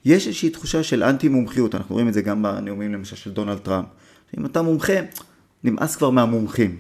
יש איזושהי תחושה של אנטי מומחיות, אנחנו רואים את זה גם בנאומים למשל של דונלד טראמפ. אם אתה מומחה, נמאס כבר מהמומחים.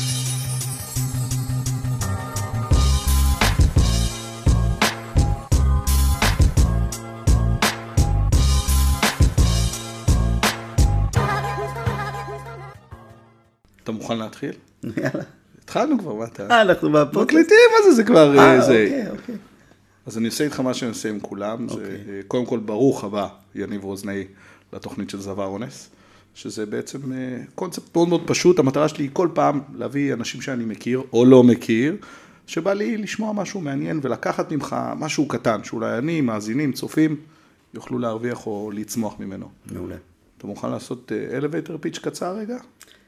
אתה מוכן להתחיל? יאללה. התחלנו כבר, מה אתה? אנחנו בפודקאסט. מקליטים, מה זה כבר... אוקיי. אז אני אעשה איתך מה שאני אעשה עם כולם. קודם כל, ברוך הבא, יניב רוזנאי, לתוכנית של זוהר אונס, שזה בעצם קונספט מאוד מאוד פשוט. המטרה שלי היא כל פעם להביא אנשים שאני מכיר או לא מכיר, שבא לי לשמוע משהו מעניין ולקחת ממך משהו קטן, שאולי אני, מאזינים, צופים, יוכלו להרוויח או לצמוח ממנו. מעולה. אתה מוכן לעשות elevator pitch קצר רגע?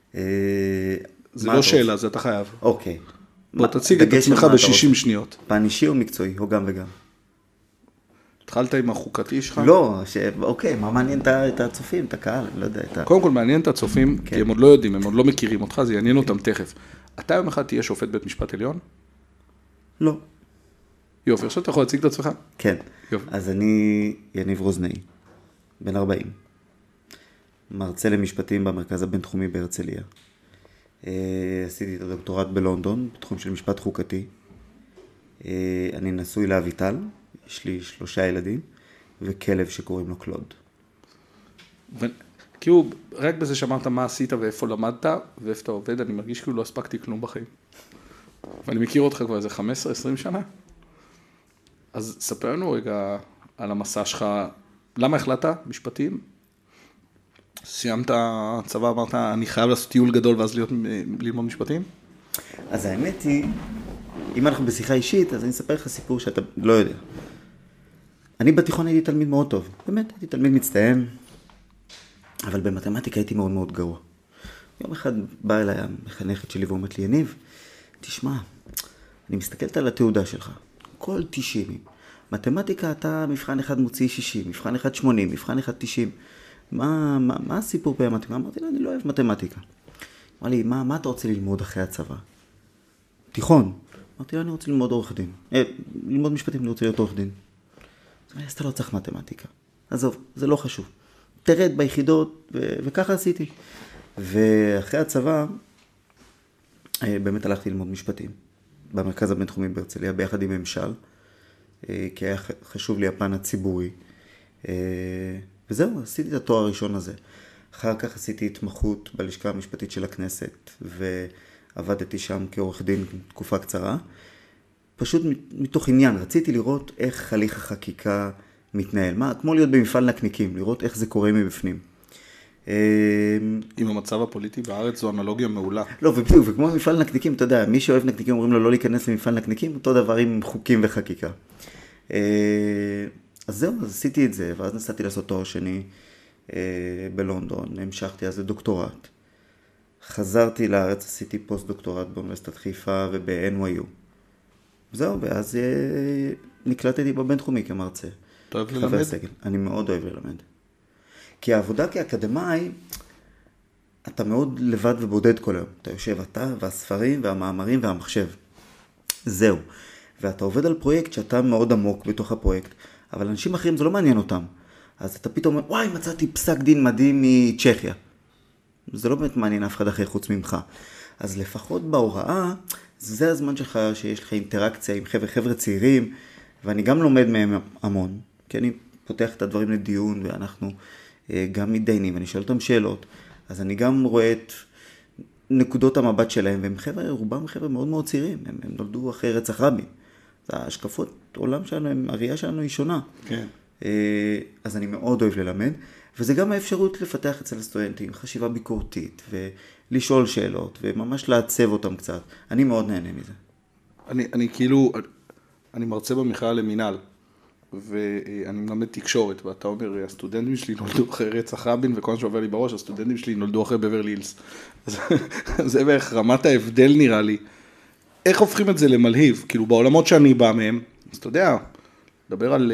זה מה לא אתה שאלה, זה אתה חייב. אוקיי. בוא תציג את עצמך ב-60 שניות. פן אישי או מקצועי, או גם וגם? התחלת עם החוקתי שלך? לא, אוקיי, מה מעניין את הצופים, את הקהל, אני לא יודע. קודם כל מעניין את הצופים, כי הם עוד לא יודעים, הם עוד לא מכירים אותך, זה יעניין אותם תכף. אתה יום אחד תהיה שופט בית משפט עליון? לא. יופי, עכשיו אתה יכול להציג את עצמך? כן. יופי. אז אני יניב רוזנאי, בן 40. מרצה למשפטים במרכז הבינתחומי בהרצליה. עשיתי את הדוקטורט בלונדון, בתחום של משפט חוקתי. אני נשוי לאביטל, יש לי 3 ילדים, וכלב שקוראים לו קלוד. כאילו, רק בזה שאמרת מה עשית ואיפה למדת, ואיפה אתה עובד, אני מרגיש כאילו לא הספקתי כלום בחיים. ואני מכיר אותך כבר איזה 15-20 שנה. אז ספר לנו רגע על המסע שלך. למה החלטת? משפטים? סיימת צבא, אמרת, אני חייב לעשות טיול גדול ואז ללמוד משפטים? אז האמת היא, אם אנחנו בשיחה אישית, אז אני אספר לך סיפור שאתה לא יודע. אני בתיכון הייתי תלמיד מאוד טוב. באמת, הייתי תלמיד מצטיין, אבל במתמטיקה הייתי מאוד מאוד גרוע. יום אחד בא אליי המחנכת שלי ואומרת לי, יניב, תשמע, אני מסתכלת על התעודה שלך, כל 90. מתמטיקה אתה מבחן אחד מוציא 60, מבחן אחד 80, מבחן אחד 90. מה הסיפור במתמטיקה? אמרתי לה, אני לא אוהב מתמטיקה. אמר לי, מה אתה רוצה ללמוד אחרי הצבא? תיכון. אמרתי לה, אני רוצה ללמוד עורך דין. ללמוד משפטים, אני רוצה להיות עורך דין. אז אתה לא צריך מתמטיקה. עזוב, זה לא חשוב. תרד ביחידות, וככה עשיתי. ואחרי הצבא, באמת הלכתי ללמוד משפטים. במרכז הבינתחומי בהרצליה, ביחד עם ממשל. כי היה חשוב לי הפן הציבורי. וזהו, עשיתי את התואר הראשון הזה. אחר כך עשיתי התמחות בלשכה המשפטית של הכנסת, ועבדתי שם כעורך דין תקופה קצרה. פשוט מתוך עניין, רציתי לראות איך הליך החקיקה מתנהל. כמו להיות במפעל נקניקים, לראות איך זה קורה מבפנים. עם המצב הפוליטי בארץ זו אנלוגיה מעולה. לא, ובדיוק, וכמו מפעל נקניקים, אתה יודע, מי שאוהב נקניקים אומרים לו לא להיכנס למפעל נקניקים, אותו דבר עם חוקים וחקיקה. אז זהו, אז עשיתי את זה, ואז נסעתי לעשות תואר שני בלונדון, המשכתי אז לדוקטורט. חזרתי לארץ, עשיתי פוסט דוקטורט באוניברסיטת חיפה וב-NYU. זהו, ואז נקלטתי בבינתחומי כמרצה. אתה אוהב ללמד? אני מאוד אוהב ללמד. כי העבודה כאקדמאי, אתה מאוד לבד ובודד כל היום. אתה יושב, אתה והספרים והמאמרים והמחשב. זהו. ואתה עובד על פרויקט שאתה מאוד עמוק בתוך הפרויקט, אבל אנשים אחרים זה לא מעניין אותם. אז אתה פתאום אומר, וואי, מצאתי פסק דין מדהים מצ'כיה. זה לא באמת מעניין אף אחד אחר חוץ ממך. אז לפחות בהוראה, זה הזמן שלך שיש לך אינטראקציה עם חבר'ה צעירים, ואני גם לומד מהם המון, כי אני פותח את הדברים לדיון, ואנחנו גם מתדיינים, ואני שואל אותם שאלות, אז אני גם רואה את נקודות המבט שלהם, והם חבר'ה, רובם חבר'ה מאוד מאוד צעירים, הם נולדו אחרי רצח רבין. ההשקפות עולם שלנו, הראייה שלנו היא שונה. כן. אז אני מאוד אוהב ללמד, וזה גם האפשרות לפתח אצל הסטודנטים חשיבה ביקורתית, ולשאול שאלות, וממש לעצב אותם קצת. אני מאוד נהנה מזה. אני מרצה במכללה למינהל, ואני מלמד תקשורת, ואתה אומר, הסטודנטים שלי נולדו אחרי רצח רבין, וכל מה שעובר לי בראש, הסטודנטים שלי נולדו אחרי בברלי הילס. זה בערך רמת ההבדל נראה לי. איך הופכים את זה למלהיב? כאילו בעולמות שאני בא מהם, אז אתה יודע, לדבר על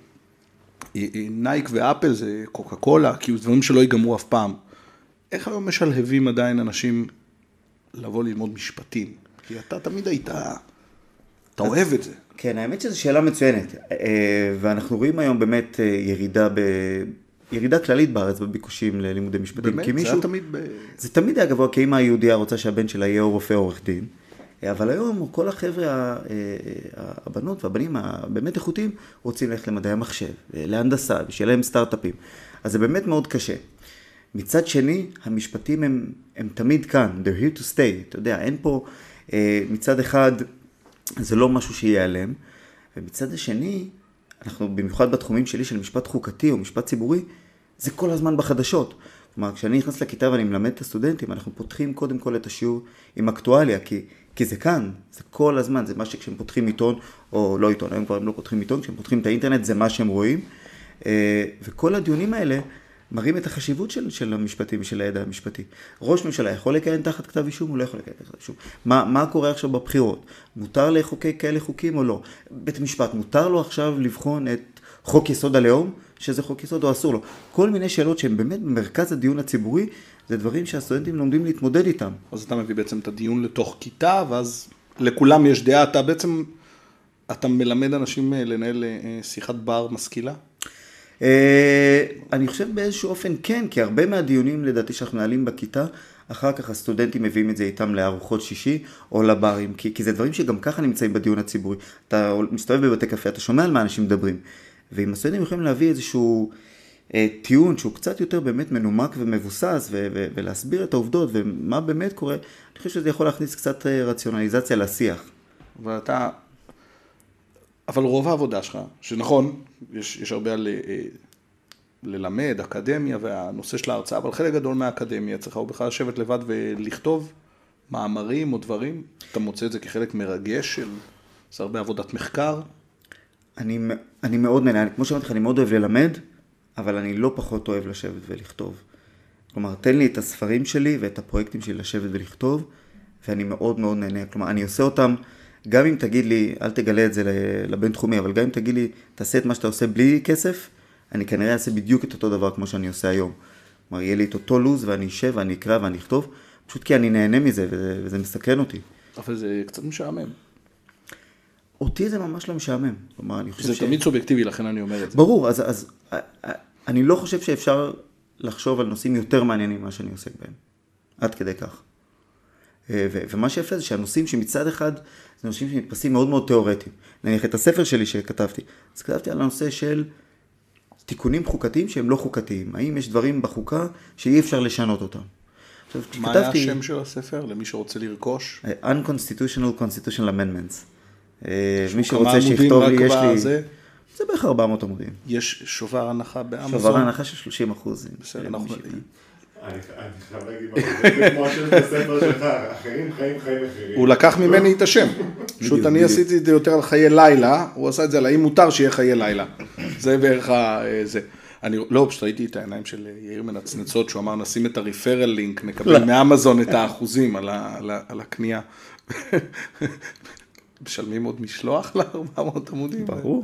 נייק ואפל, זה קוקה קולה, כאילו דברים שלא ייגמרו אף פעם. איך היום משלהבים עדיין אנשים לבוא ללמוד משפטים? כי אתה תמיד היית, אתה אוהב את זה. כן, האמת שזו שאלה מצוינת, ואנחנו רואים היום באמת ירידה כללית בארץ בביקושים ללימודי משפטים. באמת? זה היה תמיד זה תמיד היה גבוה, כי אמא היהודייה רוצה שהבן שלה יהיה רופא או עורך דין, אבל היום כל החבר'ה, הבנות והבנים הבאמת איכותיים, רוצים ללכת למדעי המחשב, להנדסה, שיהיה להם סטארט-אפים. אז זה באמת מאוד קשה. מצד שני, המשפטים הם תמיד כאן, they're here to stay, אתה יודע, אין פה, מצד אחד, זה לא משהו שיעלם, ומצד השני, אנחנו במיוחד בתחומים שלי של משפט חוקתי או משפט ציבורי, זה כל הזמן בחדשות. כלומר, כשאני נכנס לכיתה ואני מלמד את הסטודנטים, אנחנו פותחים קודם כל את השיעור עם אקטואליה, כי זה כאן, זה כל הזמן, זה מה שכשהם פותחים עיתון, או לא עיתון, היום כבר הם לא פותחים עיתון, כשהם פותחים את האינטרנט, זה מה שהם רואים. וכל הדיונים האלה מראים את החשיבות של המשפטים ושל הידע המשפטי. ראש ממשלה יכול לקיים תחת כתב אישום, הוא לא יכול לקיים תחת כתב אישום. מה קורה עכשיו בבחירות? מותר לחוקק כאלה חוקים או לא? בית המשפט, מותר לו עכשיו לבחון את חוק יסוד הלאום, שזה חוק יסוד או אסור לו? כל מיני שאלות שהן באמת במרכז הדיון הציבורי, זה דברים שהסטודנטים לומדים להתמודד איתם. אז אתה מביא בעצם את הדיון לתוך כיתה, ואז לכולם יש דעה, אתה מלמד אנשים לנהל שיחת בר משכילה? אני חושב באיזשהו אופן כן, כי הרבה מהדיונים לדעתי שאנחנו נעלים בכיתה, אחר כך הסטודנטים מביאים את זה איתם לארוחות שישי או לברים, כי זה דברים שגם ככה נמצאים בדיון הציבורי. אתה מסתובב בבתי קפה, אתה שומע על מה אנשים מדברים, ואם הסטודנטים יכולים להביא איזשהו טיעון שהוא קצת יותר באמת מנומק ומבוסס, ולהסביר את העובדות ומה באמת קורה, אני חושב שזה יכול להכניס קצת רציונליזציה לשיח. אבל רוב העבודה שלך, שנכון, יש הרבה על ללמד, אקדמיה והנושא של ההרצאה, אבל חלק גדול מהאקדמיה צריכה הוא בכלל לשבת לבד ולכתוב מאמרים או דברים. אתה מוצא את זה כחלק מרגש זה הרבה עבודת מחקר? אני מאוד נהנה, כמו שאמרתי לך, אני מאוד אוהב ללמד, אבל אני לא פחות אוהב לשבת ולכתוב. כלומר, תן לי את הספרים שלי ואת הפרויקטים שלי לשבת ולכתוב, ואני מאוד מאוד נהנה. כלומר, אני עושה אותם, גם אם תגיד לי, אל תגלה את זה לבן תחומי, אבל גם אם תגיד לי, תעשה את מה שאתה עושה בלי כסף, אני כנראה אעשה בדיוק את אותו דבר כמו שאני עושה היום. כלומר, יהיה לי את אותו לוז ואני אשב ואני אקרא ואני אכתוב, פשוט כי אני נהנה מזה וזה מסכן אותי. אבל זה קצת משעמם. אותי זה ממש לא משעמם. כלומר, אני חושב זה תמיד סובייקטיבי, לכן אני אומר את זה. ברור, אז אני לא חושב שאפשר לחשוב על נושאים יותר מעניינים מה שאני עוסק בהם. עד כדי כך. ומה שיפה זה שהנושאים שמצד אחד, זה נושאים שנתפסים מאוד מאוד תיאורטיים. נניח את הספר שלי שכתבתי, אז כתבתי על הנושא של תיקונים חוקתיים שהם לא חוקתיים. האם יש דברים בחוקה שאי אפשר לשנות אותם? מה היה השם של הספר למי שרוצה לרכוש? Unconstitutional Constitutional Amendments. מי שרוצה שיכתוב לי, יש לי... זה בערך 400 עמודים. יש שובר הנחה באמזון? שובר הנחה של 30%. בסדר, אנחנו... אני חייב להגיד, זה כמו השם של הספר שלך, אחרים חיים אחרים. הוא לקח ממני את השם. פשוט אני עשיתי את זה יותר על חיי לילה, הוא עשה את זה על האם מותר שיהיה חיי לילה. זה בערך זה. לא, פשוט ראיתי את העיניים של יאיר מנצנצות, שהוא אמר, נשים את הריפרל לינק, נקבל מאמזון את האחוזים על הקנייה. משלמים עוד משלוח ל-400 עמודים? ברור.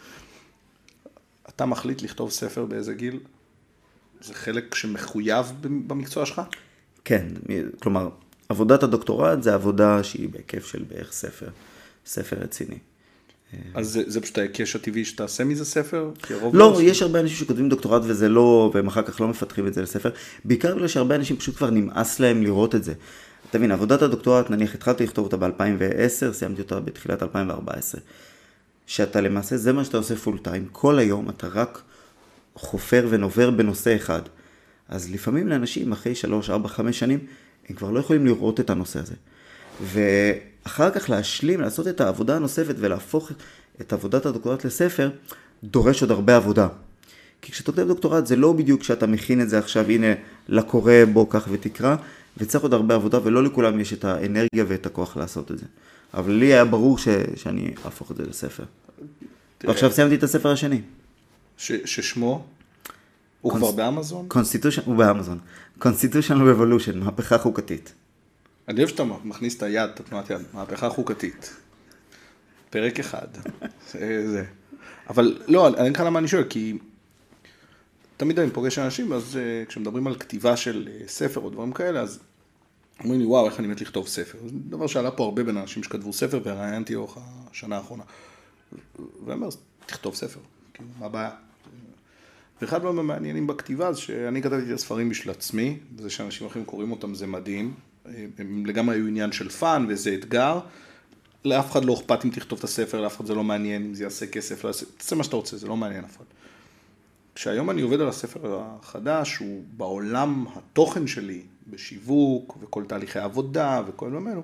אתה מחליט לכתוב ספר באיזה גיל? זה חלק שמחויב במקצוע שלך? כן, כלומר, עבודת הדוקטורט זה עבודה שהיא בהיקף של בערך ספר רציני. אז זה פשוט ההיקש הטבעי שתעשה מזה ספר? לא, יש הרבה אנשים שכותבים דוקטורט וזה לא, והם אחר כך לא מפתחים את זה לספר, בעיקר בגלל שהרבה אנשים פשוט כבר נמאס להם לראות את זה. אתה מבין, עבודת הדוקטורט, נניח התחלתי לכתוב אותה ב-2010, סיימתי אותה בתחילת 2014, שאתה למעשה, זה מה שאתה עושה פול טיים, כל היום אתה רק חופר ונובר בנושא אחד. אז לפעמים לאנשים, אחרי 3, 4, 5 שנים, הם כבר לא יכולים לראות את הנושא הזה. ואחר כך להשלים, לעשות את העבודה הנוספת ולהפוך את עבודת הדוקטורט לספר, דורש עוד הרבה עבודה. כי כשאתה כותב דוקטורט, זה לא בדיוק שאתה מכין את זה עכשיו, הנה, לקורא בו כך ותקרא, וצריך עוד הרבה עבודה, ולא לכולם יש את האנרגיה ואת הכוח לעשות את זה. אבל לי היה ברור שאני אהפוך את זה לספר. ועכשיו סיימתי את הספר השני. ששמו? הוא כבר באמזון? הוא באמזון. Constitutional Revolution, מהפכה חוקתית. אני אוהב שאתה מכניס את היד, את תנועת יד, מהפכה חוקתית. פרק אחד. זה. אבל לא, אני אגיד לך למה אני שואל, כי תמיד אני פוגש אנשים, אז כשמדברים על כתיבה של ספר או דברים כאלה, אז אומרים לי, וואו, איך אני מת לכתוב ספר. זה דבר שעלה פה הרבה בין אנשים שכתבו ספר, וראיינתי אורך השנה האחרונה. ואומר, תכתוב ספר, כאילו, מה הבעיה? ואחד הדברים המעניינים בכתיבה זה שאני כתבתי את הספרים בשביל עצמי, וזה שאנשים אחרים קוראים אותם זה מדהים, הם לגמרי היו עניין של פאן וזה אתגר, לאף אחד לא אכפת אם תכתוב את הספר, לאף אחד זה לא מעניין, אם זה יעשה כסף, לא יעשה, תעשה מה שאתה רוצה, זה לא מעניין אף אחד. כשהיום אני עובד על הספר החדש, הוא בעולם התוכן שלי, בשיווק וכל תהליכי העבודה וכל ממנו,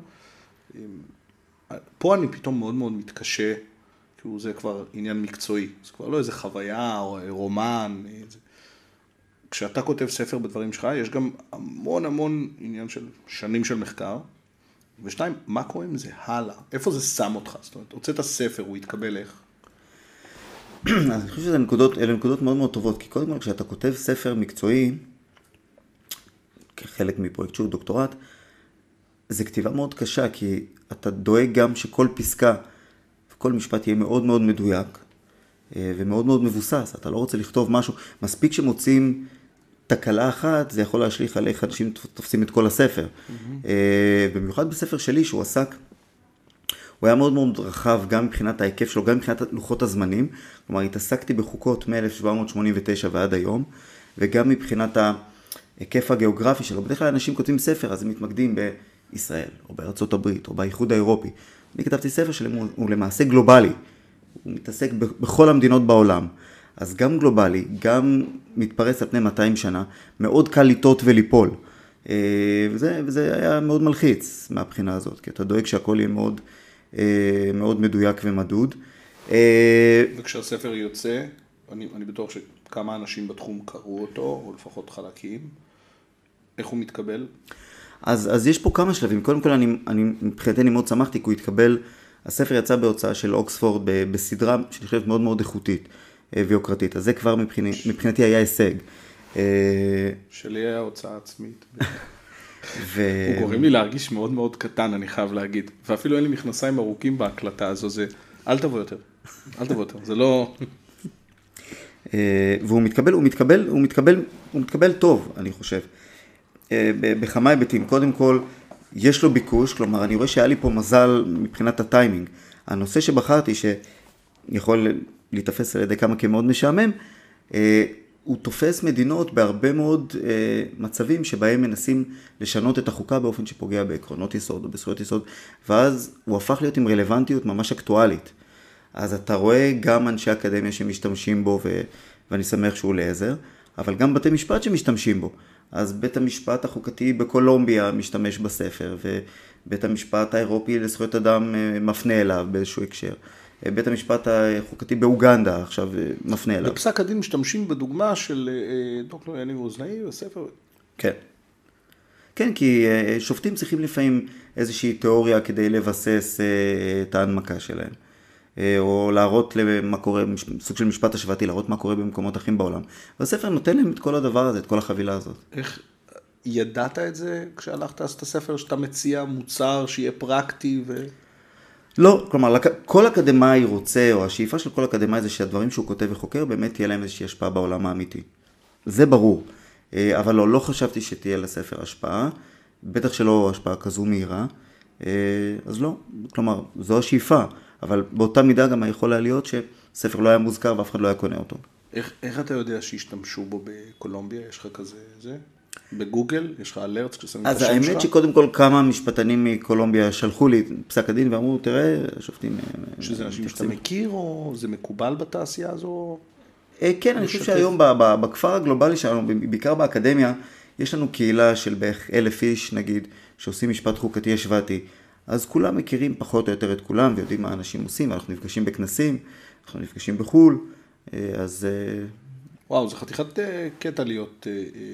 פה אני פתאום מאוד מאוד מתקשה, כי זה כבר עניין מקצועי, זה כבר לא איזה חוויה או רומן. כשאתה כותב ספר בדברים שלך, יש גם המון המון עניין של שנים של מחקר, ושתיים, מה קורה עם זה הלאה? איפה זה שם אותך? זאת אומרת, הוצאת ספר, הוא יתקבל איך? אז אני חושב שאלה נקודות מאוד מאוד טובות, כי קודם כל כשאתה כותב ספר מקצועי, כחלק מפרויקט שהוא דוקטורט, זה כתיבה מאוד קשה, כי אתה דואג גם שכל פסקה וכל משפט יהיה מאוד מאוד מדויק, ומאוד מאוד מבוסס. אתה לא רוצה לכתוב משהו, מספיק שמוצאים תקלה אחת, זה יכול להשליך על איך אנשים תופסים את כל הספר. במיוחד בספר שלי שהוא עסק, הוא היה מאוד מאוד רחב, גם מבחינת ההיקף שלו, גם מבחינת לוחות הזמנים. כלומר, התעסקתי בחוקות מ-1789 ועד היום, וגם מבחינת ההיקף הגיאוגרפי שלו. בדרך כלל אנשים כותבים ספר, אז הם מתמקדים בישראל, או בארצות הברית, או באיחוד האירופי. אני כתבתי ספר שהוא למעשה גלובלי. הוא מתעסק בכל המדינות בעולם. אז גם גלובלי, גם מתפרס על פני 200 שנה, מאוד קל לטעות וליפול. וזה היה מאוד מלחיץ מהבחינה הזאת, כי אתה דואג שהכל יהיה מאוד, מאוד מדויק ומדוד. וכשהספר יוצא, אני בטוח שכמה אנשים בתחום קראו אותו, או לפחות חלקים, איך הוא מתקבל? אז יש פה כמה שלבים. קודם כל, מבחינתי אני מאוד שמחתי, כי הוא התקבל, הספר יצא בהוצאה של אוקספורד בסדרה שאני חושבת מאוד מאוד איכותית ויוקרתית. אז זה כבר מבחינתי היה הישג. שלי היה הוצאה עצמית. הוא גורם לי להרגיש מאוד מאוד קטן, אני חייב להגיד. ואפילו אין לי מכנסיים ארוכים בהקלטה הזו, זה אל תבוא יותר. אל תבוא יותר, זה לא... והוא מתקבל טוב, אני חושב. בכמה היבטים. קודם כל, יש לו ביקוש, כלומר, אני רואה שהיה לי פה מזל מבחינת הטיימינג. הנושא שבחרתי, שיכול להתאפס על ידי כמה כמאוד משעמם, הוא תופס מדינות בהרבה מאוד מצבים שבהם מנסים לשנות את החוקה באופן שפוגע בעקרונות יסוד או בזכויות יסוד, ואז הוא הפך להיות עם רלוונטיות ממש אקטואלית. אז אתה רואה גם אנשי אקדמיה שמשתמשים בו, ואני שמח שהוא לעזר, אבל גם בתי משפט שמשתמשים בו. אז בית המשפט החוקתי בקולומביה משתמש בספר, ובית המשפט האירופי לזכויות אדם מפנה אליו באיזשהו הקשר. בית המשפט החוקתי באוגנדה עכשיו מפנה אליו. בפסק הדין משתמשים בדוגמה של דוקטור יניב רוזנאי בספר? כן. כן, כי שופטים צריכים לפעמים איזושהי תיאוריה כדי לבסס את ההנמקה שלהם. או להראות למה קורה, סוג של משפט השוואתי, להראות מה קורה במקומות אחרים בעולם. והספר נותן להם את כל הדבר הזה, את כל החבילה הזאת. איך ידעת את זה כשהלכת לעשות את הספר, שאתה מציע מוצר שיהיה פרקטי ו... לא, כלומר, כל אקדמאי רוצה, או השאיפה של כל אקדמאי זה שהדברים שהוא כותב וחוקר, באמת תהיה להם איזושהי השפעה בעולם האמיתי. זה ברור. אבל לא חשבתי שתהיה לספר השפעה, בטח שלא השפעה כזו מהירה. אז לא, כלומר, זו השאיפה. אבל באותה מידה גם יכול היה להיות שספר לא היה מוזכר ואף אחד לא היה קונה אותו. איך אתה יודע שהשתמשו בו בקולומביה? יש לך כזה, זה? בגוגל? יש לך אלרט כששמים את השם שלך? אז האמת שקודם כל כמה משפטנים מקולומביה שלחו לי פסק הדין ואמרו, תראה, השופטים... שזה אנשים שאתה מכיר או זה מקובל בתעשייה הזו? כן, אני חושב שהיום בכפר הגלובלי שלנו, בעיקר באקדמיה, יש לנו קהילה של בערך 1,000 איש, נגיד, שעושים משפט חוקתי השוואתי. אז כולם מכירים פחות או יותר את כולם, ויודעים מה אנשים עושים, אנחנו נפגשים בכנסים, אנחנו נפגשים בחול, אז... וואו, זה חתיכת קטע להיות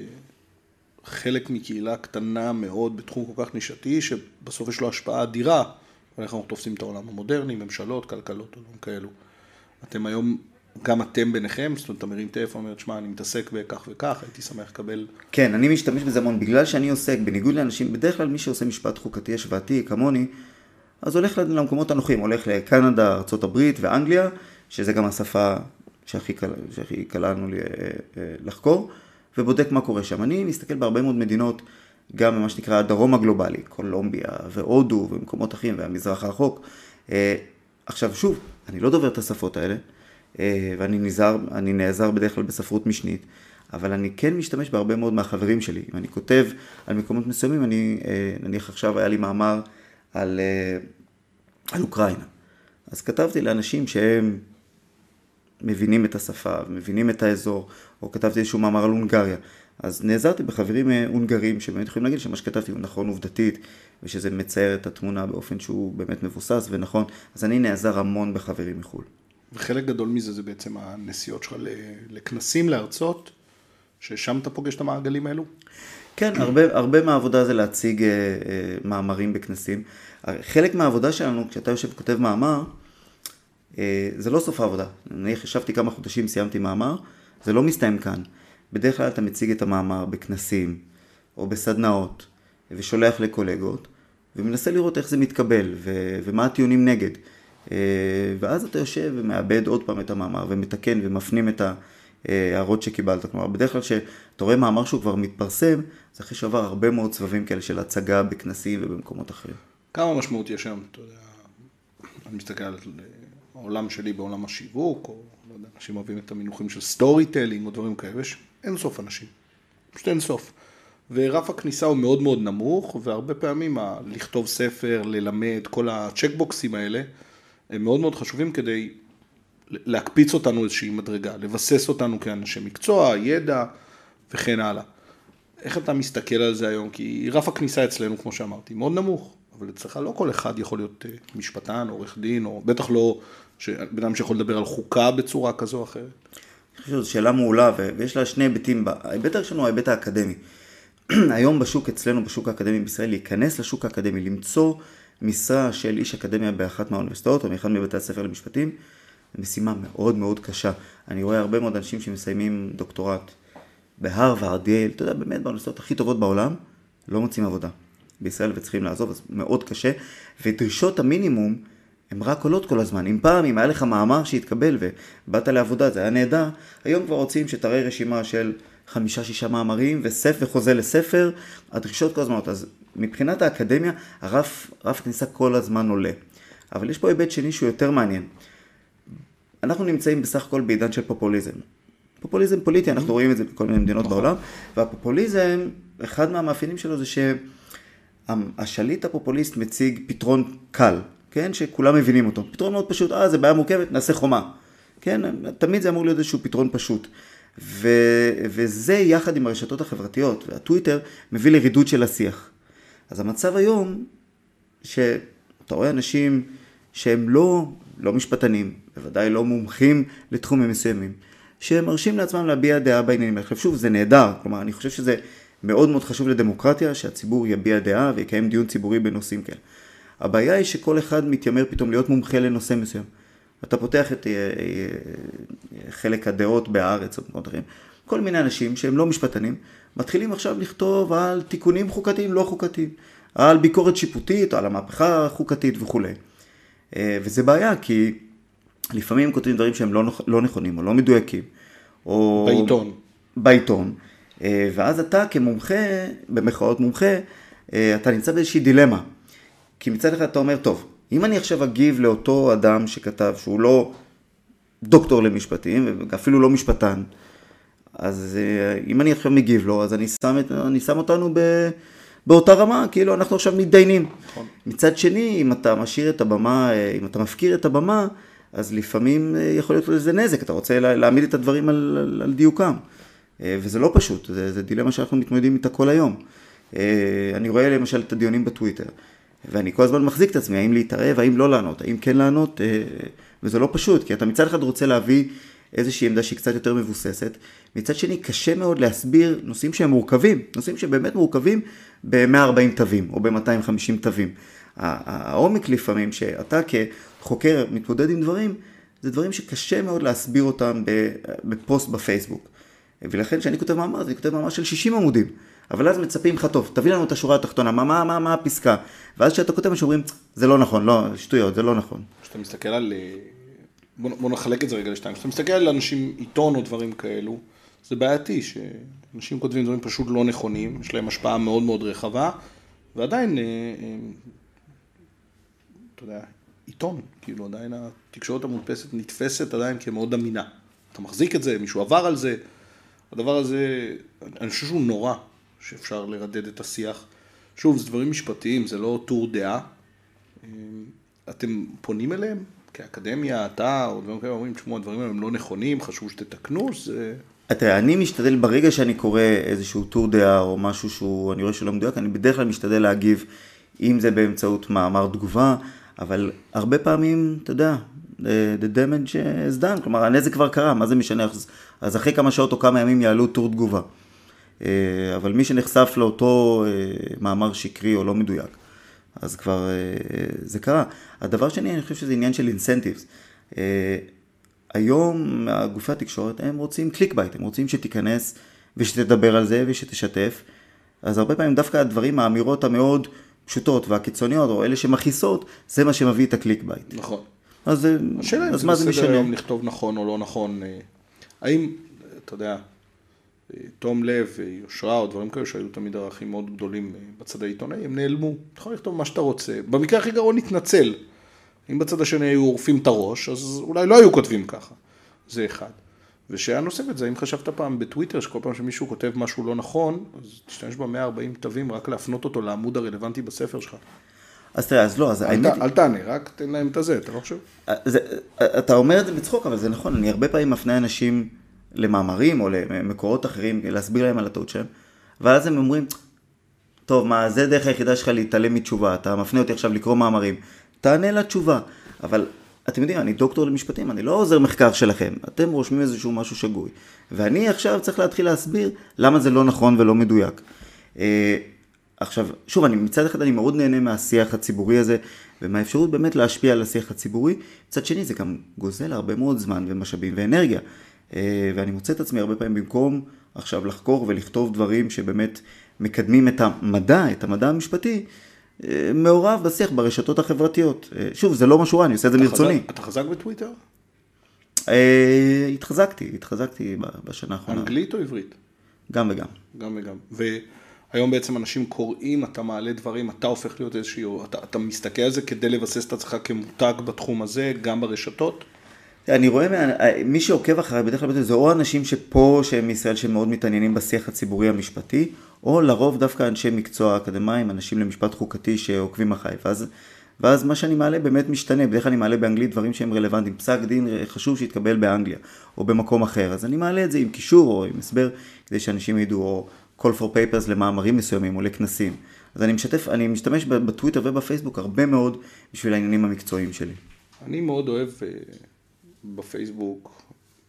חלק מקהילה קטנה מאוד בתחום כל כך נישתי, שבסוף יש לו השפעה אדירה, על איך אנחנו תופסים את העולם המודרני, ממשלות, כלכלות, עולם כאלו. אתם היום, גם אתם ביניכם, זאת אומרת, אתה מרים טלפון, אומרת, שמע, אני מתעסק בכך וכך, הייתי שמח לקבל... כן, אני משתמש בזה המון, בגלל שאני עוסק, בניגוד לאנשים, בדרך כלל מי שעושה משפט חוקתי השוואתי, כמוני, אז הולך למקומות הנוחים, הולך לקנדה, ארצות הברית ואנגליה, שזה גם השפה שהכי קלה לנו לחקור, ובודק מה קורה שם. אני מסתכל בהרבה מאוד מדינות, גם במה שנקרא הדרום הגלובלי, קולומביה והודו ומקומות אחרים והמזרח הרחוק, עכשיו שוב, אני לא דובר את השפות האלה, ואני נעזר בדרך כלל בספרות משנית, אבל אני כן משתמש בהרבה מאוד מהחברים שלי. אם אני כותב על מקומות מסוימים, נניח עכשיו היה לי מאמר על אוקראינה. אז כתבתי לאנשים שהם מבינים את השפה, מבינים את האזור, או כתבתי איזשהו מאמר על הונגריה. אז נעזרתי בחברים הונגרים שבאמת יכולים להגיד שמה שכתבתי הוא נכון עובדתית, ושזה מצייר את התמונה באופן שהוא באמת מבוסס ונכון. אז אני נעזר המון בחברים מחו"ל. וחלק גדול מזה זה בעצם הנסיעות שלך לכנסים, לארצות, ששם אתה פוגש את המעגלים האלו? כן, הרבה מהעבודה זה להציג מאמרים בכנסים. חלק מהעבודה שלנו, כשאתה יושב וכותב מאמר, זה לא סוף העבודה. אני חשבתי כמה חודשים, סיימתי מאמר, זה לא מסתיים כאן. בדרך כלל אתה מציג את המאמר בכנסים, או בסדנאות, ושולח לקולגות, ומנסה לראות איך זה מתקבל, ומה הטיעונים נגד. ואז אתה יושב ומאבד עוד פעם את המאמר, ומתקן ומפנים את ההערות שקיבלת. כלומר, בדרך כלל שאתה רואה מאמר שהוא כבר מתפרסם, זה אחרי שעבר הרבה מאוד סבבים כאלה של הצגה בכנסים ובמקומות אחרים. כמה משמעות יש שם? אתה יודע, אני מסתכל על העולם שלי בעולם השיווק, או לא יודע, אנשים אוהבים את המינוחים של סטורי טלינג או דברים כאלה, יש אין סוף אנשים, פשוט אין סוף. ורף הכניסה הוא מאוד מאוד נמוך, והרבה פעמים לכתוב ספר, ללמד, כל הצ'קבוקסים האלה, הם מאוד מאוד חשובים כדי להקפיץ אותנו איזושהי מדרגה, לבסס אותנו כאנשי מקצוע, ידע וכן הלאה. איך אתה מסתכל על זה היום? כי רף הכניסה אצלנו, כמו שאמרתי, מאוד נמוך, אבל אצלך לא כל אחד יכול להיות משפטן, עורך דין, או בטח לא בן אדם שיכול לדבר על חוקה בצורה כזו או אחרת. אני חושב שזו שאלה מעולה, ויש לה שני היבטים. ההיבט הראשון הוא ההיבט האקדמי. היום בשוק אצלנו, בשוק האקדמי בישראל, להיכנס לשוק האקדמי, למצוא משרה של איש אקדמיה באחת מהאוניברסיטאות, או מאחד מבתי הספר למשפטים, זו משימה מאוד מאוד קשה. אני רואה הרבה מאוד אנשים שמסיימים דוקטורט בהרווארד, ייל, אתה יודע, באמת באוניברסיטאות הכי טובות בעולם, לא מוצאים עבודה בישראל וצריכים לעזוב, אז מאוד קשה. ודרישות המינימום, הן רק עולות כל הזמן. אם פעם, אם היה לך מאמר שהתקבל ובאת לעבודה, זה היה נהדר, היום כבר רוצים שתראה רשימה של 5-6 מאמרים וספר חוזה לספר, הדרישות כל הזמן. אז מבחינת האקדמיה, הרף הכניסה כל הזמן עולה. אבל יש פה היבט שני שהוא יותר מעניין. אנחנו נמצאים בסך הכל בעידן של פופוליזם. פופוליזם פוליטי, אנחנו רואים את זה בכל מיני מדינות בעולם, והפופוליזם, אחד מהמאפיינים שלו זה שהשליט הפופוליסט מציג פתרון קל, כן? שכולם מבינים אותו. פתרון מאוד פשוט, זה בעיה מורכבת, נעשה חומה. כן? תמיד זה אמור להיות איזשהו פתרון פשוט. וזה יחד עם הרשתות החברתיות, והטוויטר מביא לרידוד של השיח. אז המצב היום, שאתה רואה אנשים שהם לא משפטנים, בוודאי לא מומחים לתחומים מסוימים, שמרשים לעצמם להביע דעה בעניינים. אני חושב, שוב, זה נהדר. כלומר, אני חושב שזה מאוד מאוד חשוב לדמוקרטיה, שהציבור יביע דעה ויקיים דיון ציבורי בנושאים כאלה. הבעיה היא שכל אחד מתיימר פתאום להיות מומחה לנושא מסוים. אתה פותח את חלק הדעות בארץ או במקומות אחרים. כל מיני אנשים שהם לא משפטנים, מתחילים עכשיו לכתוב על תיקונים חוקתיים, לא חוקתיים, על ביקורת שיפוטית, על המהפכה החוקתית וכו'. וזה בעיה, כי לפעמים כותבים דברים שהם לא נכונים או לא מדויקים. או בעיתון. ואז אתה כמומחה, במחאות מומחה, אתה נמצא באיזושהי דילמה. כי מצד אחד אתה אומר, טוב, אם אני עכשיו אגיב לאותו אדם שכתב שהוא לא דוקטור למשפטים, ואפילו לא משפטן, אז אם אני עכשיו מגיב לו, אז אני שם אותנו באותה רמה, כאילו אנחנו עכשיו מתדיינים. נכון. מצד שני, אם אתה משאיר את הבמה, אם אתה מפקיר את הבמה, אז לפעמים יכול להיות לזה נזק, אתה רוצה להעמיד את הדברים על דיוקם. וזה לא פשוט, זה דילמה שאנחנו מתמודדים איתה כל היום. אני רואה למשל את הדיונים בטוויטר, ואני כל הזמן מחזיק את עצמי, האם להתערב, האם לא לענות, האם כן לענות, וזה לא פשוט, כי אתה מצד אחד רוצה להביא איזושהי עמדה שהיא קצת יותר מבוססת, מצד שני קשה מאוד להסביר נושאים שהם מורכבים, נושאים שבאמת מורכבים ב-140 תווים, או ב-250 תווים. העומק לפעמים שאתה כחוקר מתמודד עם דברים, זה דברים שקשה מאוד להסביר אותם בפוסט בפייסבוק. ולכן כשאני כותב מאמר, אני כותב מאמר של 60 עמודים, אבל אז מצפים לך, טוב, תביא לנו את השורה התחתונה, מה הפסקה? ואז כשאתה כותב, שאומרים, זה לא נכון, לא, שטויות, זה לא נכון. כשאתה מסתכל על, בוא נחלק את זה רגע לשתיים, כשאתה מסתכל על אנשים עיתון או דברים כאלו, זה בעייתי שאנשים כותבים דברים פשוט לא נכונים, יש להם השפעה מאוד מאוד רחבה, ועדיין, אתה יודע, עיתון, כאילו עדיין התקשורת המודפסת נתפסת עדיין כמאוד אמינה. אתה מחזיק את זה, מישהו עבר על זה, הדבר הזה, אני חושב שהוא נורא, שאפשר לרדד את השיח. שוב, זה דברים משפטיים, זה לא טור דעה. אתם פונים אליהם כאקדמיה, אתה, או דברים כאלה, אומרים, תשמעו, הדברים האלה הם לא נכונים, חשוב שתתקנו, זה... תראה, אני משתדל ברגע שאני קורא איזשהו טור דעה או משהו שאני רואה שלא מדויק, אני בדרך כלל משתדל להגיב, אם זה באמצעות מאמר תגובה, אבל הרבה פעמים, אתה יודע, the damage is done, כלומר, הנזק כבר קרה, מה זה משנה? אז אחרי כמה שעות או כמה ימים יעלו טור תגובה. אבל מי שנחשף לאותו מאמר שקרי או לא מדויק, אז כבר זה קרה. הדבר שני, אני חושב שזה עניין של אינסנטיבס. היום גופי התקשורת הם רוצים קליק בייט, הם רוצים שתיכנס ושתדבר על זה ושתשתף. אז הרבה פעמים דווקא הדברים, האמירות המאוד פשוטות והקיצוניות, או אלה שמכיסות, זה מה שמביא את הקליק בייט. נכון. אז מה זה משנה? היום לכתוב נכון או לא נכון. האם, אתה יודע, תום לב, יושרה או דברים כאלה שהיו תמיד ערכים מאוד גדולים בצד העיתונאי, הם נעלמו. אתה יכול לכתוב מה שאתה רוצה. במקרה הכי גרוע נתנצל. אם בצד השני היו עורפים את הראש, אז אולי לא היו כותבים ככה. זה אחד. ושאלה נוספת זה, אם חשבת פעם בטוויטר, שכל פעם שמישהו כותב משהו לא נכון, אז תשתמש ב-140 תווים, רק להפנות אותו לעמוד הרלוונטי בספר שלך. אז תראה, אז לא, אז האמת... אל תענה, רק תן להם את הזה, אתה לא חושב? אתה אומר את זה בצחוק, אבל זה נכון, אני הרבה פעמים מפנה אנשים למאמרים או למקורות אחרים, להסביר להם על הטעות שלהם, ואז הם אומרים, טוב, מה, זה דרך היחידה שלך להתעלם מתשובה, אתה מפנה אותי עכשיו לקרוא מאמרים, תענה לתשובה, אבל אתם יודעים, אני דוקטור למשפטים, אני לא עוזר מחקר שלכם, אתם רושמים איזשהו משהו שגוי, ואני עכשיו צריך להתחיל להסביר למה זה לא נכון ולא מדויק. עכשיו, שוב, מצד אחד אני מאוד נהנה מהשיח הציבורי הזה, ומהאפשרות באמת להשפיע על השיח הציבורי, מצד שני זה גם גוזל הרבה מאוד זמן ומשאבים ואנרגיה, ואני מוצא את עצמי הרבה פעמים במקום עכשיו לחקור ולכתוב דברים שבאמת מקדמים את המדע המשפטי, מעורב בשיח ברשתות החברתיות. שוב, זה לא משהו רע, אני עושה את זה מרצוני. אתה חזק בטוויטר? התחזקתי בשנה האחרונה. אנגלית או עברית? גם וגם. גם וגם. והיום בעצם אנשים קוראים, אתה מעלה דברים, אתה הופך להיות איזשהו, אתה מסתכל על זה כדי לבסס את עצמך כמותג בתחום הזה, גם ברשתות? אני רואה, מי שעוקב אחרי, בדרך כלל זה או אנשים שפה, שהם מישראל, שמאוד מתעניינים בשיח הציבורי המשפטי, או לרוב דווקא אנשי מקצוע אקדמיים, אנשים למשפט חוקתי שעוקבים אחרי. ואז מה שאני מעלה באמת משתנה, בדרך כלל אני מעלה באנגלית דברים שהם רלוונטיים, פסק דין חשוב שיתקבל באנגליה, או במקום אחר. אז אני מעלה את זה עם קישור או עם הסבר, כדי שאנשים ידעו, או call for papers למאמרים מסוימים או לכנסים. אז אני משתמש בטוויטר ובפייסבוק הרבה מאוד בשביל העניינים המקצועיים שלי. אני מאוד אוהב בפייסבוק,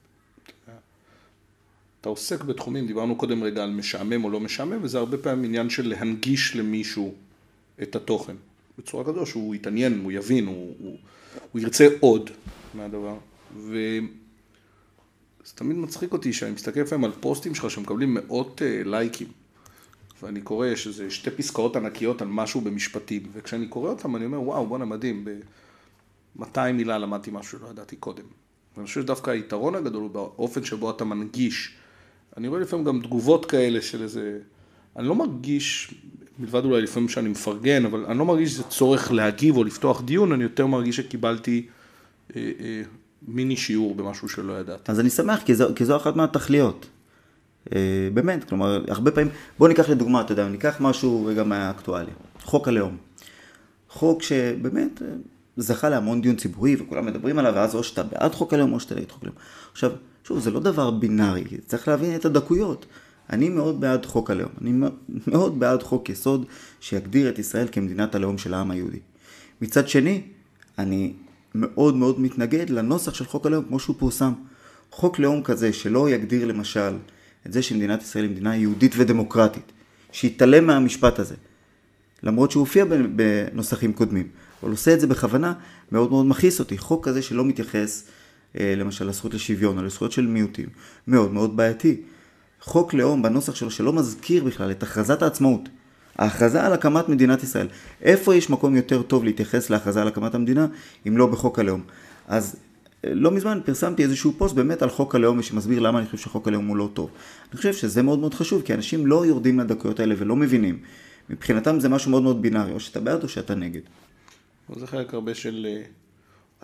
אתה עוסק בתחומים, דיברנו קודם רגע על משעמם או לא משעמם, וזה הרבה פעמים עניין של להנגיש למישהו את התוכן. בצורה כזו שהוא יתעניין, הוא יבין, הוא ירצה עוד מהדבר. וזה תמיד מצחיק אותי שאני מסתכל לפעמים על פוסטים שלך שמקבלים מאות לייקים. ואני קורא שזה שתי פסקאות ענקיות על משהו במשפטים, וכשאני קורא אותם אני אומר, וואו, בוא נמדים, ב-200 מילה למדתי משהו שלא ידעתי קודם. ואני חושב שדווקא היתרון הגדול הוא באופן שבו אתה מנגיש. אני רואה לפעמים גם תגובות כאלה של איזה, אני לא מרגיש, מלבד אולי לפעמים שאני מפרגן, אבל אני לא מרגיש שזה צורך להגיב או לפתוח דיון, אני יותר מרגיש שקיבלתי מיני שיעור במשהו שלא ידעתי. אז אני שמח, כי זו אחת מהתכליות. באמת, כלומר, הרבה פעמים, בוא ניקח לדוגמה, אתה יודע, ניקח משהו רגע מהאקטואליה. חוק הלאום. חוק שבאמת זכה להמון דיון ציבורי, וכולם מדברים עליו, ואז או שאתה בעד חוק הלאום, או שאתה נגד חוק הלאום. עכשיו, שוב, זה לא דבר בינארי, צריך להבין את הדקויות. אני מאוד בעד חוק הלאום, אני מאוד בעד חוק יסוד שיגדיר את ישראל כמדינת הלאום של העם היהודי. מצד שני, אני מאוד מאוד מתנגד לנוסח של חוק הלאום כמו שהוא פורסם. חוק לאום כזה שלא יגדיר למשל את זה שמדינת ישראל היא מדינה יהודית ודמוקרטית, שיתעלם מהמשפט הזה, למרות שהוא הופיע בנוסחים קודמים, אבל עושה את זה בכוונה, מאוד מאוד מכעיס אותי. חוק כזה שלא מתייחס למשל לזכות לשוויון או לזכויות של מיעוטים, מאוד מאוד בעייתי. חוק לאום בנוסח שלו שלא מזכיר בכלל את הכרזת העצמאות, ההכרזה על הקמת מדינת ישראל. איפה יש מקום יותר טוב להתייחס להכרזה על הקמת המדינה, אם לא בחוק הלאום? אז לא מזמן פרסמתי איזשהו פוסט באמת על חוק הלאום, שמסביר למה אני חושב שחוק הלאום הוא לא טוב. אני חושב שזה מאוד מאוד חשוב, כי אנשים לא יורדים לדקויות האלה ולא מבינים. מבחינתם זה משהו מאוד מאוד בינארי, או שאתה בעד או שאתה נגד. זה חלק הרבה של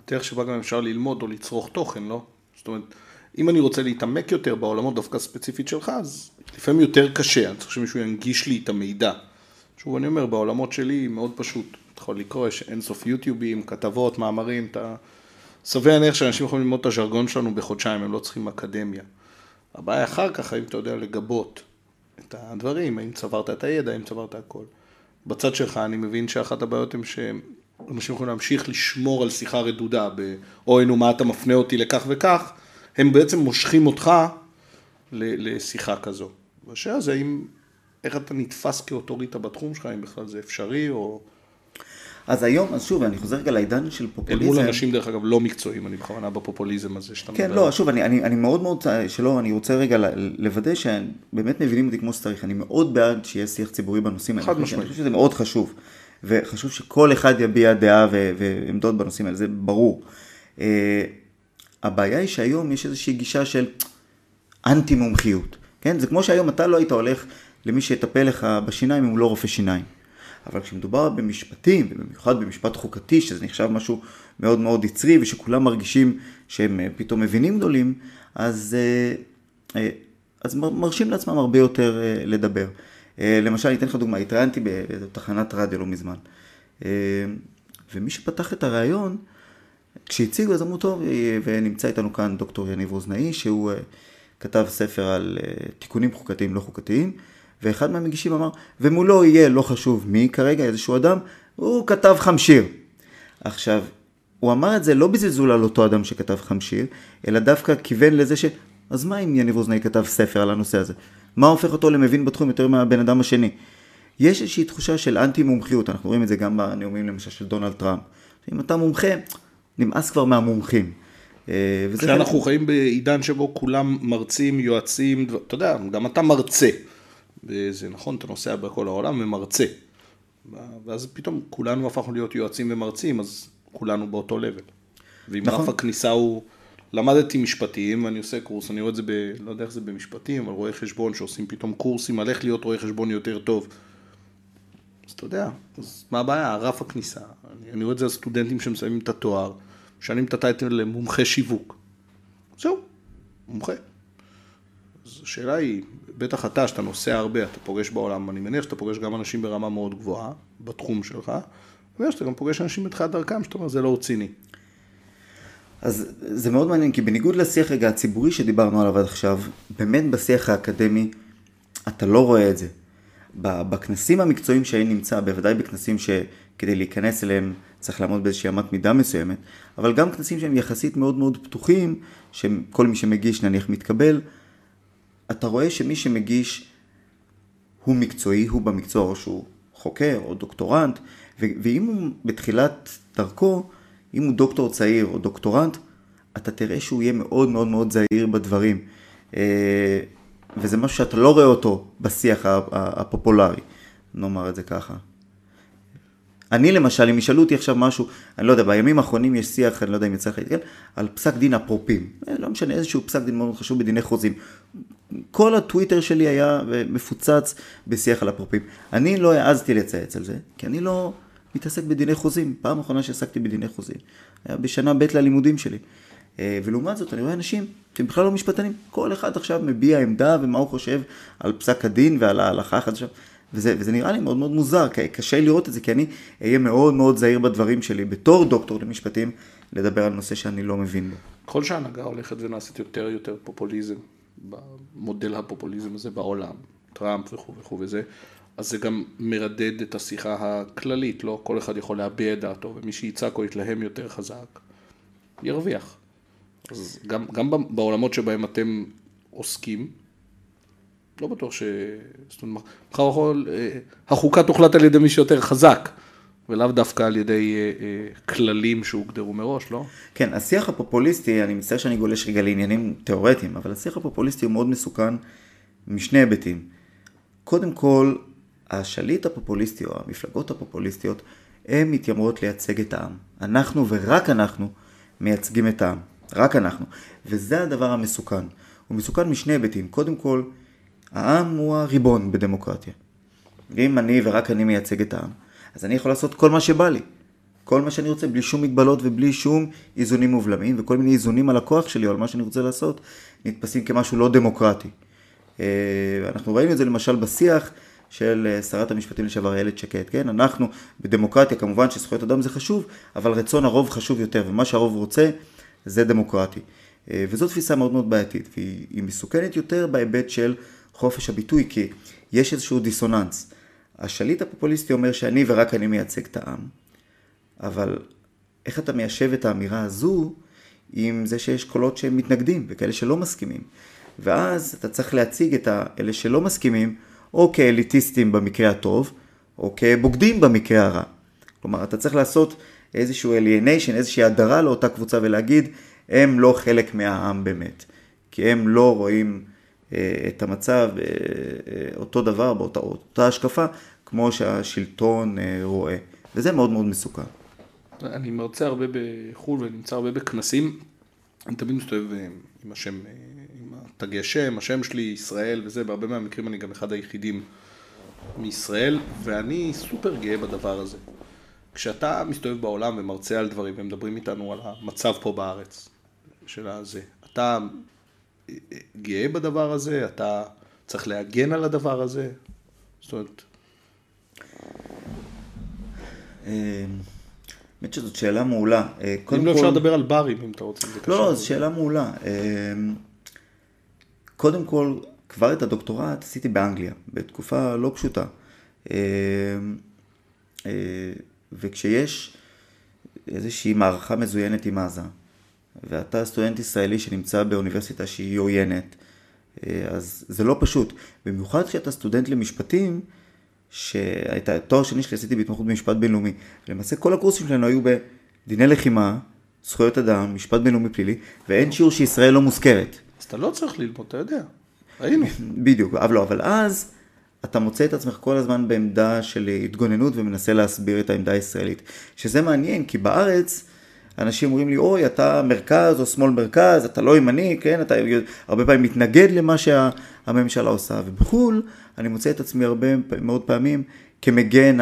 דרך שבה גם אפשר ללמוד או לצרוך תוכן, לא? זאת אומרת, אם אני רוצה להתעמק יותר בעולמות דווקא ספציפית שלך, אז לפעמים יותר קשה, אני צריך שמישהו ינגיש לי את המידע. שוב, אני אומר, בעולמות שלי מאוד פשוט. אתה יכול לקרוא, יש אינסוף יוטיובים, כתבות, מאמרים, אתה... סביר להניח שאנשים יכולים ללמוד את הז'רגון שלנו בחודשיים, הם לא צריכים אקדמיה. הבעיה אחר כך, האם אתה יודע לגבות את הדברים, האם צברת את הידע, האם צברת הכל. בצד שלך אני מבין שאחת הבעיות הם שאנשים יכולים להמשיך לשמור על שיחה רדודה, או אינו מה אתה מפנה אותי לכך וכך, הם בעצם מושכים אותך לשיחה כזו. והשאלה זה איך אתה נתפס כאוטוריטה בתחום שלך, אם בכלל זה אפשרי או... אז היום, אז שוב, אני חוזר רגע לעידן של פופוליזם. אל מול אנשים דרך אגב לא מקצועיים, אני בכוונה בפופוליזם הזה שאתה מדבר. כן, לא, שוב, אני מאוד מאוד שלא, אני רוצה רגע לוודא שבאמת מבינים אותי כמו שצריך. אני מאוד בעד שיהיה שיח ציבורי בנושאים האלה. חד משמעית. אני חושב שזה מאוד חשוב. וחשוב שכל אחד יביע דעה ועמדות בנושאים האלה, זה ברור. הבעיה היא שהיום יש איזושהי גישה של אנטי מומחיות. כן? זה כמו שהיום אתה לא היית הולך למי שיטפל לך בשיניים אם הוא לא רופא שיניים. אבל כשמדובר במשפטים, ובמיוחד במשפט חוקתי, שזה נחשב משהו מאוד מאוד יצרי, ושכולם מרגישים שהם פתאום מבינים גדולים, אז מרשים לעצמם הרבה יותר לדבר. למשל, אני אתן לך דוגמה, התראיינתי בתחנת רדיו לא מזמן, ומי שפתח את הרעיון, כשהציגו אז אמרו טוב, ונמצא איתנו כאן דוקטור יניב רוזנאי, שהוא כתב ספר על תיקונים חוקתיים לא חוקתיים, ואחד מהמגישים אמר, ומולו יהיה לא חשוב מי כרגע, איזשהו אדם, הוא כתב חמשיר. עכשיו, הוא אמר את זה לא בזלזול על אותו אדם שכתב חמשיר, אלא דווקא כיוון לזה אז מה אם יניב רוזנאי כתב ספר על הנושא הזה? מה הופך אותו למבין בתחום יותר מהבן אדם השני? יש איזושהי תחושה של אנטי מומחיות, אנחנו רואים את זה גם בנאומים למשל של דונלד טראמפ. אם אתה מומחה, נמאס כבר מהמומחים. כשאנחנו חיים בעידן שבו כולם מרצים, יועצים, אתה יודע, גם אתה מרצה. וזה נכון, אתה נוסע בכל העולם ומרצה. ואז פתאום כולנו הפכנו להיות יועצים ומרצים, אז כולנו באותו לבל. ואם נכון. רף הכניסה הוא, למדתי משפטים, ואני עושה קורס, אני רואה את זה לא יודע איך זה במשפטים, אבל רואי חשבון שעושים פתאום קורסים, על איך להיות רואי חשבון יותר טוב. אז אתה יודע, אז מה הבעיה? רף הכניסה. אני רואה את זה על סטודנטים שמסיימים את התואר, משנים את הטייטל למומחה שיווק. זהו, מומחה. אז השאלה היא, בטח אתה, שאתה נוסע הרבה, אתה פוגש בעולם, אני מניח שאתה פוגש גם אנשים ברמה מאוד גבוהה, בתחום שלך, ואתה גם פוגש אנשים בתחילת דרכם, שאתה אומר, זה לא רציני. אז זה מאוד מעניין, כי בניגוד לשיח רגע הציבורי שדיברנו עליו עד עכשיו, באמת בשיח האקדמי, אתה לא רואה את זה. בכנסים המקצועיים שאני נמצא, בוודאי בכנסים שכדי להיכנס אליהם צריך לעמוד באיזושהי אמת מידה מסוימת, אבל גם כנסים שהם יחסית מאוד מאוד פתוחים, שכל מי שמגיש נניח מתקבל, אתה רואה שמי שמגיש הוא מקצועי, הוא במקצוע או שהוא חוקר או דוקטורנט, ואם הוא בתחילת דרכו, אם הוא דוקטור צעיר או דוקטורנט, אתה תראה שהוא יהיה מאוד מאוד מאוד זהיר בדברים. וזה משהו שאתה לא רואה אותו בשיח הפופולרי, נאמר את זה ככה. אני למשל, אם ישאלו אותי עכשיו משהו, אני לא יודע, בימים האחרונים יש שיח, אני לא יודע אם יצא לך להתקל, על פסק דין אפרופים. לא משנה, איזשהו פסק דין מאוד חשוב בדיני חוזים. כל הטוויטר שלי היה מפוצץ בשיח על אפרופים. אני לא העזתי לצייץ על זה, כי אני לא מתעסק בדיני חוזים. פעם האחרונה שעסקתי בדיני חוזים, היה בשנה ב' ללימודים שלי. ולעומת זאת, אני רואה אנשים שהם בכלל לא משפטנים. כל אחד עכשיו מביע עמדה ומה הוא חושב על פסק הדין ועל ההלכה החדשה. וזה נראה לי מאוד מאוד מוזר, קשה לראות את זה, כי אני אהיה מאוד מאוד זהיר בדברים שלי, בתור דוקטור למשפטים, לדבר על נושא שאני לא מבין בו. כל שההנהגה הולכת ונעשית יותר פופוליזם, במודל הפופוליזם הזה בעולם, טראמפ וכו' וזה, אז זה גם מרדד את השיחה הכללית, לא? כל אחד יכול להביע את דעתו, ומי שיצעק או יתלהם יותר חזק, ירוויח. אז גם בעולמות שבהם אתם עוסקים, לא בטוח מחר יכול, החוקה תוחלט על ידי מי שיותר חזק, ולאו דווקא על ידי כללים שהוגדרו מראש, לא? כן, השיח הפופוליסטי, אני מצטער שאני גולש רגע לעניינים תיאורטיים, אבל השיח הפופוליסטי הוא מאוד מסוכן משני היבטים. קודם כל, השליט הפופוליסטי או המפלגות הפופוליסטיות, הן מתיימרות לייצג את העם. אנחנו ורק אנחנו מייצגים את העם. רק אנחנו. וזה הדבר המסוכן. הוא מסוכן משני היבטים. קודם כל, העם הוא הריבון בדמוקרטיה. אם אני ורק אני מייצג את העם, אז אני יכול לעשות כל מה שבא לי. כל מה שאני רוצה, בלי שום מגבלות ובלי שום איזונים מובלמים, וכל מיני איזונים על הכוח שלי או על מה שאני רוצה לעשות, נתפסים כמשהו לא דמוקרטי. אנחנו ראינו את זה למשל בשיח של שרת המשפטים לשעבר איילת שקד, כן? אנחנו בדמוקרטיה, כמובן שזכויות אדם זה חשוב, אבל רצון הרוב חשוב יותר, ומה שהרוב רוצה זה דמוקרטי. וזו תפיסה מאוד מאוד בעייתית, והיא מסוכנת יותר בהיבט של חופש הביטוי, כי יש איזשהו דיסוננס. השליט הפופוליסטי אומר שאני ורק אני מייצג את העם, אבל איך אתה מיישב את האמירה הזו עם זה שיש קולות שהם מתנגדים וכאלה שלא מסכימים? ואז אתה צריך להציג את אלה שלא מסכימים או כאליטיסטים במקרה הטוב, או כבוגדים במקרה הרע. כלומר, אתה צריך לעשות איזשהו alienation, איזושהי הדרה לאותה קבוצה ולהגיד, הם לא חלק מהעם באמת. כי הם לא רואים את המצב אותו דבר, באותה השקפה, כמו שהשלטון רואה. וזה מאוד מאוד מסוכן. אני מרצה הרבה בחו"ל ונמצא הרבה בכנסים. אני תמיד מסתובב עם השם, עם תגי שם, השם שלי ישראל וזה, בהרבה מהמקרים אני גם אחד היחידים מישראל, ואני סופר גאה בדבר הזה. כשאתה מסתובב בעולם ומרצה על דברים, ומדברים איתנו על המצב פה בארץ של הזה, אתה גאה בדבר הזה, אתה צריך להגן על הדבר הזה, זאת אומרת... באמת שזאת שאלה מעולה. אם לא אפשר לדבר על ברים, אם אתה רוצה. לא, זו שאלה מעולה. קודם כל, כבר את הדוקטורט עשיתי באנגליה, בתקופה לא פשוטה. וכשיש איזושהי מערכה מזוינת עם עזה, ואתה סטודנט ישראלי שנמצא באוניברסיטה שהיא עוינת, אז זה לא פשוט. במיוחד כשאתה סטודנט למשפטים, שהייתה תואר שני שלי עשיתי בהתמחות במשפט בינלאומי. למעשה כל הקורסים שלנו היו בדיני לחימה, זכויות אדם, משפט בינלאומי פלילי, ואין שיעור שישראל לא מוזכרת. אז אתה לא צריך ללמוד, אתה יודע. ראינו. בדיוק, אבל אז אתה מוצא את עצמך כל הזמן בעמדה של התגוננות ומנסה להסביר את העמדה הישראלית. שזה מעניין, כי בארץ אנשים אומרים לי, אוי, אתה מרכז או שמאל מרכז, אתה לא ימני, כן? אתה הרבה פעמים מתנגד למה שהממשלה עושה. ובחול אני מוצא את עצמי הרבה מאוד פעמים כמגן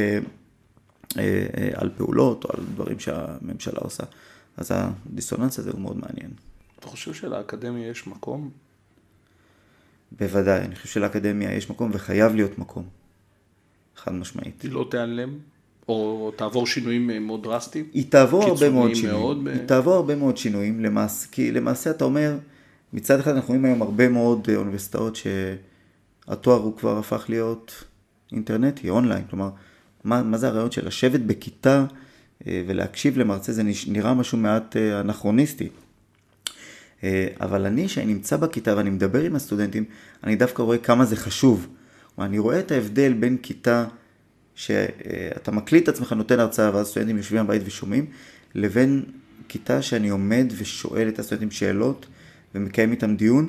על פעולות או על דברים שהממשלה עושה. אז הדיסוננס הזה הוא מאוד מעניין. אתה חושב שלאקדמיה יש מקום? בוודאי, אני חושב שלאקדמיה יש מקום וחייב להיות מקום. חד משמעית. היא לא תיעלם? או תעבור שינויים מאוד דרסטיים? היא תעבור הרבה מאוד שינויים. היא תעבור הרבה מאוד שינויים, כי למעשה אתה אומר, מצד אחד אנחנו רואים היום הרבה מאוד אוניברסיטאות שהתואר הוא כבר הפך להיות אינטרנטי, אונליין. כלומר, מה זה הרעיון של לשבת בכיתה ולהקשיב למרצה? זה נראה משהו מעט אנכרוניסטי. אבל שאני נמצא בכיתה ואני מדבר עם הסטודנטים, אני דווקא רואה כמה זה חשוב. אני רואה את ההבדל בין כיתה שאתה מקליט את עצמך, נותן הרצאה, ואז סטודנטים יושבים בבית ושומעים, לבין כיתה שאני עומד ושואל את הסטודנטים שאלות ומקיים איתם דיון.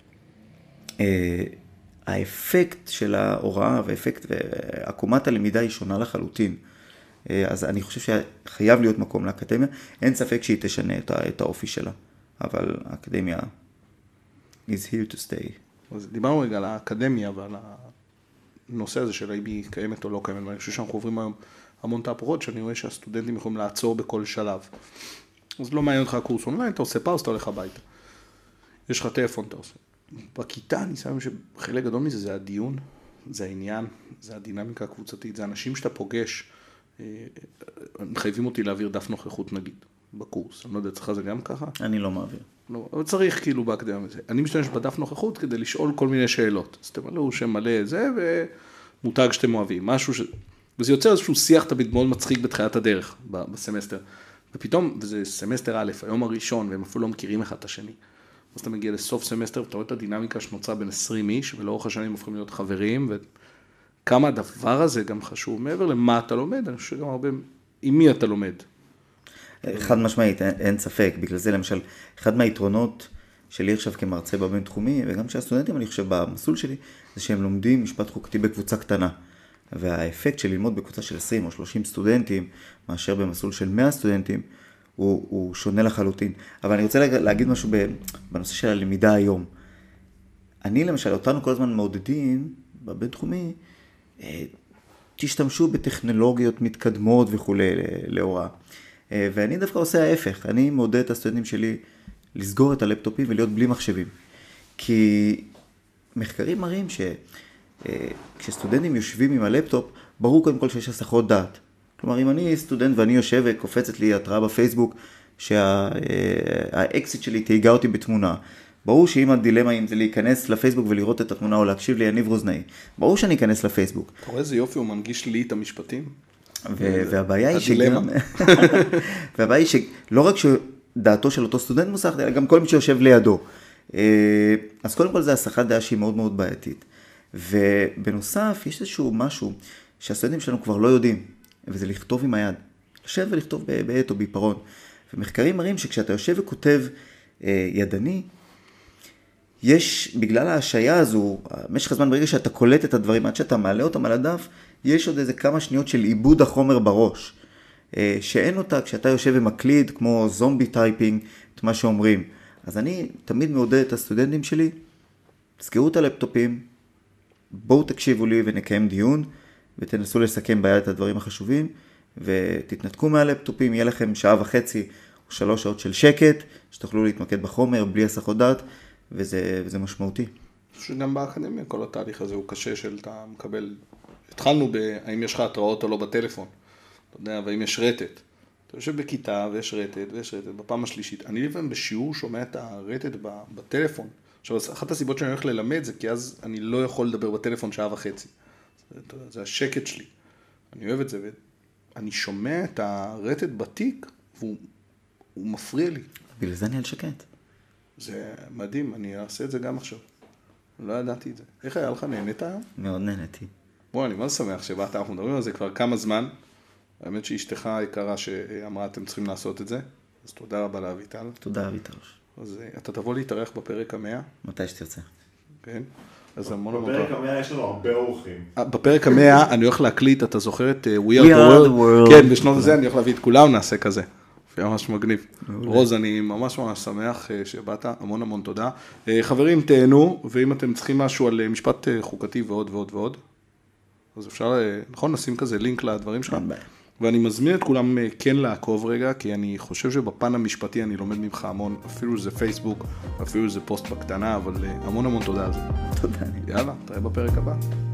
האפקט של ההוראה והאפקט ועקומת הלמידה היא שונה לחלוטין. אז אני חושב שחייב להיות מקום לאקדמיה. אין ספק שהיא תשנה את האופי שלה. אבל האקדמיה is here to stay. אז דיברנו רגע על האקדמיה ועל הנושא הזה של האם היא קיימת או לא קיימת, ואני חושב שאנחנו עוברים היום המון תהפוכות, שאני רואה שהסטודנטים יכולים לעצור בכל שלב. אז לא מעניין אותך הקורס אונליין, אתה עושה פאוס, אתה הולך הביתה. יש לך טלפון, אתה עושה. בכיתה אני שם שחלק גדול מזה זה הדיון, זה העניין, זה הדינמיקה הקבוצתית, זה אנשים שאתה פוגש, מחייבים אותי להעביר דף נוכחות נגיד. בקורס, אני לא יודע, צריך זה גם ככה? אני לא מעביר. לא, אבל צריך כאילו באקדמיה הזה. אני משתמש בדף נוכחות כדי לשאול כל מיני שאלות. אז תמלאו שם מלא זה, ומותג שאתם אוהבים. משהו וזה יוצר איזשהו שיח תמיד מאוד מצחיק בתחילת הדרך, בסמסטר. ופתאום, וזה סמסטר א', היום הראשון, והם אפילו לא מכירים אחד את השני. אז אתה מגיע לסוף סמסטר, ואתה רואה את הדינמיקה שנוצרה בין 20 איש, ולאורך השנים הופכים להיות חברים, וכמה הדבר הזה גם חשוב. מעבר למה אתה לומד, אני חושב שגם הרבה, עם מי אתה לומד. חד משמעית, אין ספק. בגלל זה, למשל, אחד מהיתרונות שלי עכשיו כמרצה בבינתחומי, וגם שהסטודנטים, אני חושב, במסלול שלי, זה שהם לומדים משפט חוקתי בקבוצה קטנה. והאפקט של ללמוד בקבוצה של 20 או 30 סטודנטים, מאשר במסלול של 100 סטודנטים, הוא שונה לחלוטין. אבל אני רוצה להגיד משהו בנושא של הלמידה היום. אני, למשל, אותנו כל הזמן מעודדים בבינתחומי, תשתמשו בטכנולוגיות מתקדמות וכו' להוראה. ואני דווקא עושה ההפך, אני מעודד את הסטודנטים שלי לסגור את הלפטופים ולהיות בלי מחשבים. כי מחקרים מראים כשסטודנטים יושבים עם הלפטופ, ברור קודם כל שיש הסחות דעת. כלומר, אם אני סטודנט ואני יושב וקופצת לי התראה בפייסבוק, שהאקסיט שלי תהיגה אותי בתמונה, ברור שאם הדילמה אם זה להיכנס לפייסבוק ולראות את התמונה או להקשיב ליניב רוזנאי, ברור שאני אכנס לפייסבוק. אתה רואה איזה יופי, הוא מנגיש לי את המשפטים? והבעיה היא שגם... והבעיה היא שלא רק שדעתו של אותו סטודנט מוסחת, אלא גם כל מי שיושב לידו. אז קודם כל זה הסחת דעה שהיא מאוד מאוד בעייתית. ובנוסף, יש איזשהו משהו שהסטודנטים שלנו כבר לא יודעים, וזה לכתוב עם היד. לשב ולכתוב בעט או בעיפרון. ומחקרים מראים שכשאתה יושב וכותב ידני, יש, בגלל ההשעיה הזו, משך הזמן ברגע שאתה קולט את הדברים, עד שאתה מעלה אותם על הדף, יש עוד איזה כמה שניות של עיבוד החומר בראש, שאין אותה כשאתה יושב ומקליד, כמו זומבי טייפינג, את מה שאומרים. אז אני תמיד מעודד את הסטודנטים שלי, תסגרו את הלפטופים, בואו תקשיבו לי ונקיים דיון, ותנסו לסכם ביד את הדברים החשובים, ותתנתקו מהלפטופים, יהיה לכם 1.5 שעות או 3 שעות של שקט, שתוכלו להתמקד בחומר בלי הסחות דעת, וזה משמעותי. שגם באקדמיה כל התהליך הזה הוא קשה של אתה מקבל, התחלנו האם יש לך התראות או לא בטלפון, אתה יודע, והאם יש רטט. אתה יושב בכיתה ויש רטט בפעם השלישית. אני לפעמים בשיעור שומע את הרטט בטלפון. עכשיו, אחת הסיבות שאני הולך ללמד זה כי אז אני לא יכול לדבר בטלפון 1.5 שעות. זה השקט שלי. אני אוהב את זה, ואני שומע את הרטט בתיק, והוא מפריע לי. בגלל זה אני על שקט. זה מדהים, אני אעשה את זה גם עכשיו. לא ידעתי את זה. איך היה לך? נהנית היום? מאוד נהניתי. בוא, אני מאוד שמח שבאת, אנחנו מדברים על זה כבר כמה זמן. האמת שאשתך היקרה שאמרה, אתם צריכים לעשות את זה. אז תודה רבה לאביטל. תודה אביטל. אז אתה תבוא להתארח בפרק 100. מתי שתרצה. כן. אז המון בפרק 100 יש לנו הרבה אורחים. בפרק 100 אני הולך להקליט, אתה זוכר את We Are the World? כן, בשנות הזה אני הולך להביא את כולם, נעשה כזה. ממש מגניב. רוז, אני ממש ממש שמח שבאת, המון תודה. חברים, תהנו, ואם אתם צריכים משהו על משפט חוקתי ועוד ועוד ועוד, אז אפשר, נכון, נשים כזה לינק לדברים שלך. ואני מזמין את כולם כן לעקוב רגע, כי אני חושב שבפן המשפטי אני לומד ממך המון, אפילו זה פייסבוק, אפילו זה פוסט בקטנה, אבל המון תודה על זה. תודה. יאללה, תראה בפרק הבא.